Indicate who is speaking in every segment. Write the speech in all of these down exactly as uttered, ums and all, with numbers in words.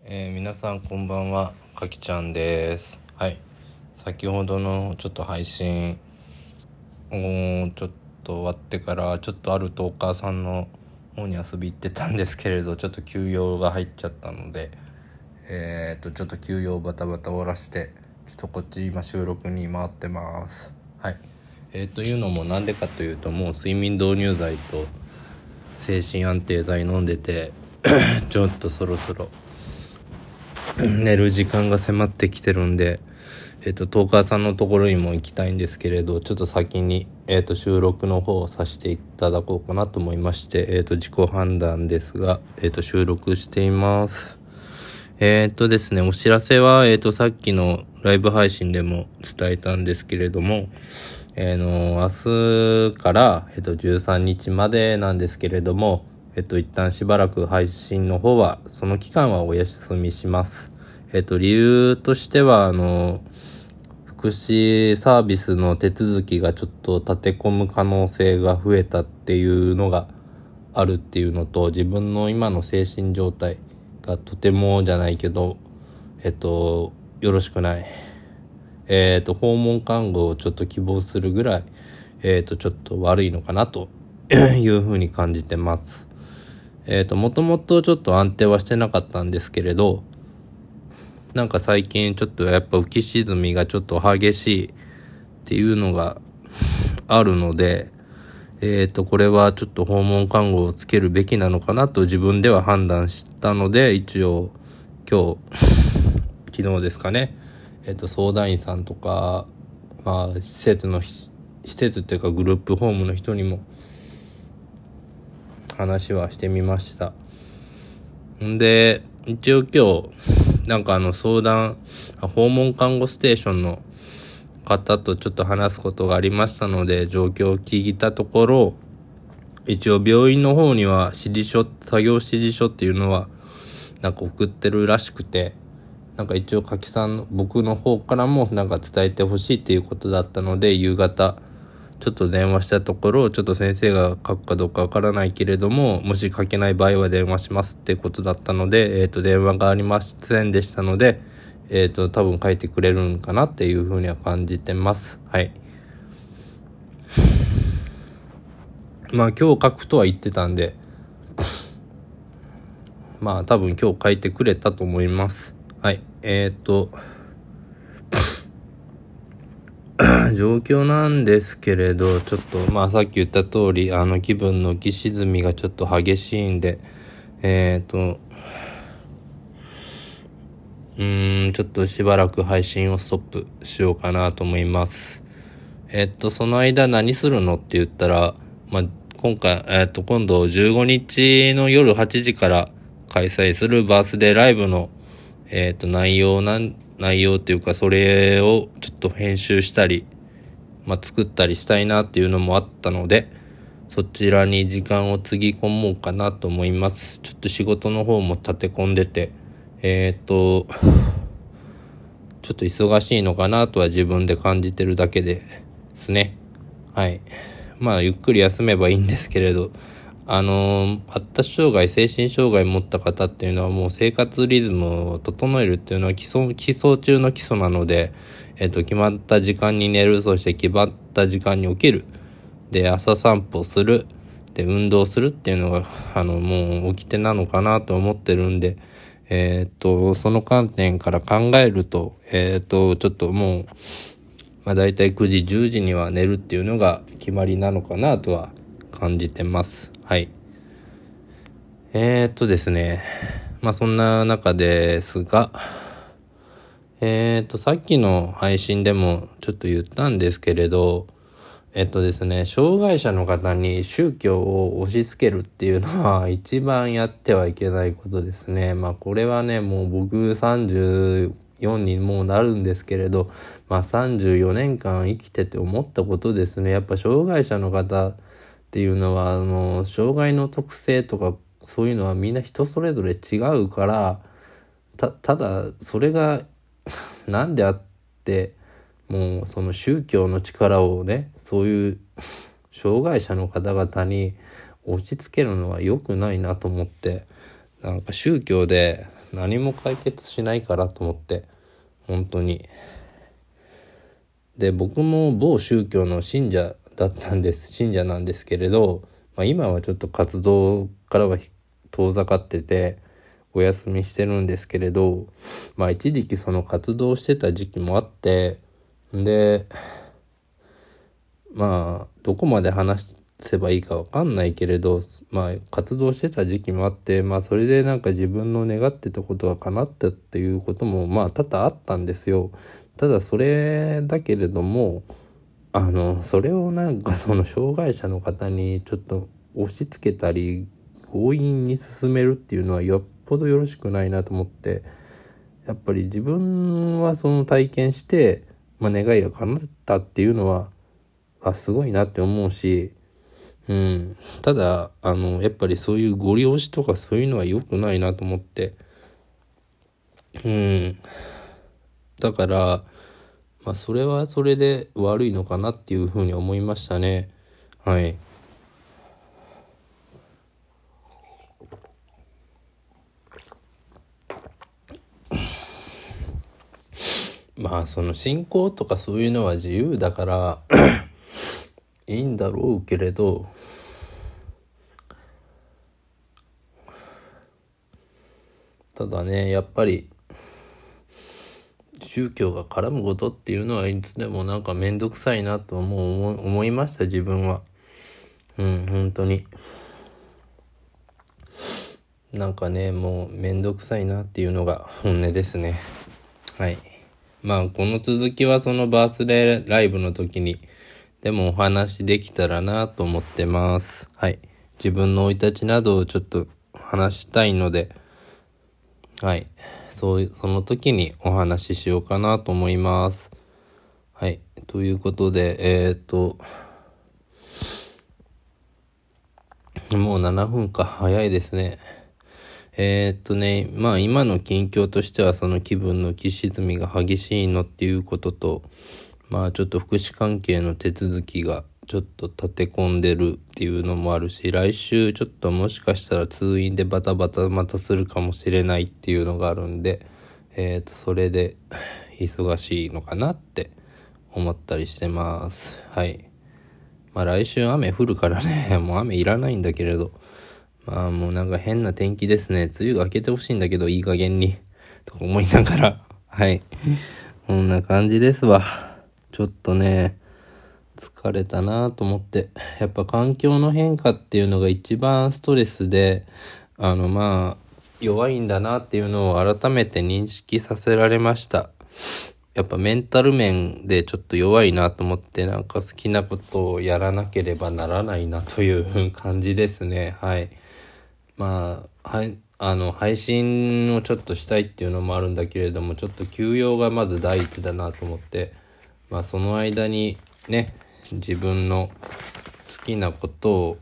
Speaker 1: えー、皆さんこんばんは、かきちゃんです。はい、先ほどのちょっと配信をちょっと終わってからちょっとあるトーカーさんの方に遊び行ってたんですけれど、ちょっと休養が入っちゃったので、えー、とちょっと休養バタバタ終わらしてちょっとこっち今収録に回ってます。はい、えー、というのもなんでかというと、もう睡眠導入剤と精神安定剤飲んでてちょっとそろそろ寝る時間が迫ってきてるんで、えっとトーカーさんのところにも行きたいんですけれど、ちょっと先に、えっと収録の方をさせていただこうかなと思いまして、えっと自己判断ですが、えっと収録しています。えっとですねお知らせは、えっとさっきのライブ配信でも伝えたんですけれども、えー、の明日から、えっとじゅうさんにちまでなんですけれども、えっと一旦しばらく配信の方はその期間はお休みします。えっと理由としては、あの福祉サービスの手続きがちょっと立て込む可能性が増えたっていうのがあるっていうのと、自分の今の精神状態がとてもじゃないけどえっとよろしくない、えっと訪問看護をちょっと希望するぐらい、えっとちょっと悪いのかなというふうに感じてます。えっともともとちょっと安定はしてなかったんですけれど、なんか最近ちょっとやっぱ浮き沈みがちょっと激しいっていうのがあるので、えっとこれはちょっと訪問看護をつけるべきなのかなと自分では判断したので、一応今日昨日ですかね、えっと相談員さんとか、まあ施設の施設っていうかグループホームの人にも話はしてみました。んで一応今日なんかあの相談訪問看護ステーションの方とちょっと話すことがありましたので、状況を聞いたところ、一応病院の方には指示書作業指示書っていうのはなんか送ってるらしくて、なんか一応柿さんの僕の方からもなんか伝えてほしいっていうことだったので、夕方ちょっと電話したところ、ちょっと先生が書くかどうかわからないけれども、もし書けない場合は電話しますってことだったので、えっと電話がありませんでしたので、えっと多分書いてくれるんかなっていうふうには感じてます。はい。まあ今日書くとは言ってたんで、まあ多分今日書いてくれたと思います。はい。えっと状況なんですけれど、ちょっとまあさっき言った通り、あの気分の浮き沈みがちょっと激しいんで、えっとうーんちょっとしばらく配信をストップしようかなと思います。えっとその間何するのって言ったら、まあ今回えっと今度じゅうごにちの夜はちじから開催するバースデーライブのえっと内容なん内容っていうか、それをちょっと編集したり、まあ、作ったりしたいなっていうのもあったので、そちらに時間をつぎ込もうかなと思います。ちょっと仕事の方も立て込んでて、えっとちょっと忙しいのかなとは自分で感じてるだけですね。はい。まあゆっくり休めばいいんですけれど、あのー、発達障害、精神障害持った方っていうのはもう生活リズムを整えるっていうのは基礎、基礎中の基礎なので、えっと、決まった時間に寝る、そして決まった時間に起きる。で、朝散歩する。で、運動するっていうのが、あの、もう、掟なのかなと思ってるんで、えっと、その観点から考えると、えっと、ちょっともう、まあ、だいたいくじ、じゅうじには寝るっていうのが決まりなのかなとは感じてます。はい。えー、っとですね。まあそんな中ですが、えー、っとさっきの配信でもちょっと言ったんですけれど、えっとですね、障害者の方に宗教を押し付けるっていうのは一番やってはいけないことですね。まあこれはね、もう僕さんじゅうよんにもうなるんですけれど、まあさんじゅうよねんかん生きてて思ったことですね。やっぱ障害者の方っていうのは、あの、障害の特性とかそういうのはみんな人それぞれ違うから、た、ただそれがなんであって、もうその宗教の力をね、そういう障害者の方々に押し付けるのは良くないなと思って、なんか宗教で何も解決しないからと思って、本当に。で、僕も某宗教の信者だったんです、信者なんですけれど、まあ、今はちょっと活動からは遠ざかってて、お休みしてるんですけれど、まあ一時期その活動してた時期もあって、で、まあどこまで話せばいいかわかんないけれど、まあ活動してた時期もあって、まあそれでなんか自分の願ってたことが叶ったっていうこともまあ多々あったんですよ。ただそれだけれども、あの、それをなんかその障害者の方にちょっと押し付けたり、強引に進めるっていうのはよっぽどよろしくないなと思って、やっぱり自分はその体験して、まあ、願いが叶ったっていうのはあすごいなって思うし、うん、ただあのやっぱりそういうご利用しとかそういうのは良くないなと思って、うん、だからまあそれはそれで悪いのかなっていうふうに思いましたね。はい。まあその信仰とかそういうのは自由だからいいんだろうけれど、ただねやっぱり宗教が絡むことっていうのはいつでもなんかめんどくさいなとも思思いました、自分は。うん本当になんかねもうめんどくさいなっていうのが本音ですね。はい。まあこの続きはそのバースデーライブの時にでもお話できたらなと思ってます。はい。自分の生い立ちなどをちょっと話したいので、はい。そうその時にお話ししようかなと思います。はい。ということで、えっと、もうななふんか、早いですね。えー、っとね、まあ今の近況としてはその気分の浮き沈みが激しいのっていうことと、まあちょっと福祉関係の手続きがちょっと立て込んでるっていうのもあるし、来週ちょっともしかしたら通院でバタバタまたするかもしれないっていうのがあるんで、えー、っとそれで忙しいのかなって思ったりしてます。はい。まあ来週雨降るからね、もう雨いらないんだけれど、まあもうなんか変な天気ですね。梅雨が明けてほしいんだけどいい加減に。とか思いながら。はい。こんな感じですわ。ちょっとね、疲れたなと思って。やっぱ環境の変化っていうのが一番ストレスで、あのまあ、弱いんだなっていうのを改めて認識させられました。やっぱメンタル面でちょっと弱いなと思って、なんか好きなことをやらなければならないなという感じですね。はい。まあ、はい、あの、配信をちょっとしたいっていうのもあるんだけれども、ちょっと休養がまず第一だなと思って、まあその間にね、自分の好きなことを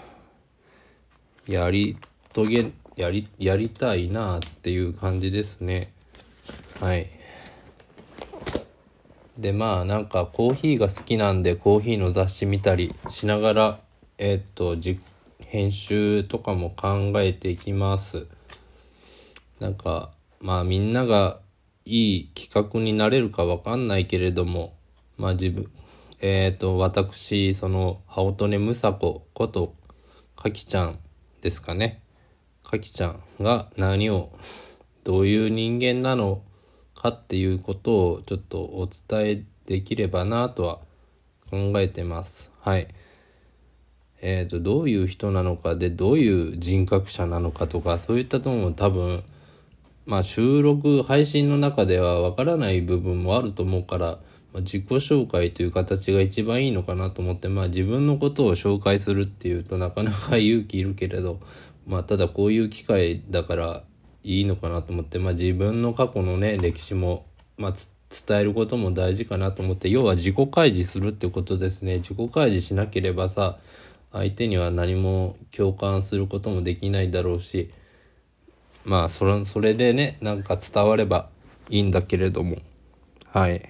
Speaker 1: やり遂げ、やり、やりたいなっていう感じですね。はい。で、まあなんかコーヒーが好きなんでコーヒーの雑誌見たりしながら、えー、っと、実編集とかも考えていきます。なんかまあみんながいい企画になれるかわかんないけれども、まあ自分えっと私その羽音根むさこことかきちゃんですかね。かきちゃんが何をどういう人間なのかっていうことをちょっとお伝えできればなとは考えてます。はい。えーと、どういう人なのかで、どういう人格者なのかとか、そういったのも多分、まあ収録、配信の中ではわからない部分もあると思うから、まあ、自己紹介という形が一番いいのかなと思って、まあ自分のことを紹介するっていうとなかなか勇気いるけれど、まあただこういう機会だからいいのかなと思って、まあ自分の過去のね、歴史も、まあ伝えることも大事かなと思って、要は自己開示するってことですね。自己開示しなければさ、相手には何も共感することもできないだろうし、まあそれ、それでねなんか伝わればいいんだけれども、はい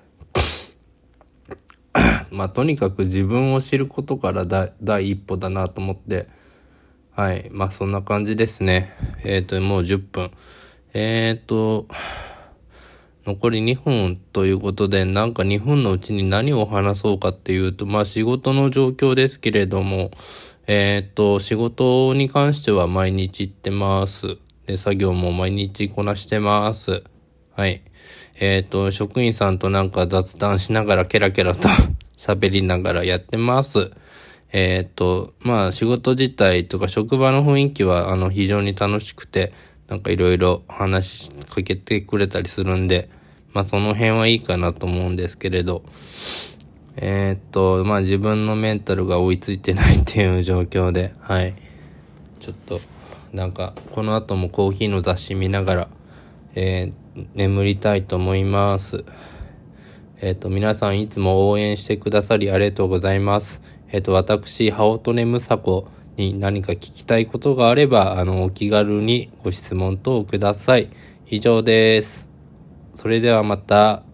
Speaker 1: まあとにかく自分を知ることからだ第一歩だなと思って、はいまあそんな感じですね。えっともうじゅっぷんえーと、残りにふんということで、なんかにふんのうちに何を話そうかっていうと、まあ仕事の状況ですけれども、えーと、仕事に関しては毎日行ってます。で、作業も毎日こなしてます。はい。えーと、職員さんとなんか雑談しながらケラケラと喋りながらやってます。えーと、まあ仕事自体とか職場の雰囲気はあの非常に楽しくて、なんかいろいろ話しかけてくれたりするんで、まあその辺はいいかなと思うんですけれど、えーっと、まあ自分のメンタルが追いついてないっていう状況で、はい。ちょっと、なんか、この後もコーヒーの雑誌見ながら、えー、眠りたいと思います。えーっと、皆さんいつも応援してくださりありがとうございます。えーっと、私、ハオトネムサコに何か聞きたいことがあれば、あの、お気軽にご質問等をください。以上です。それではまた。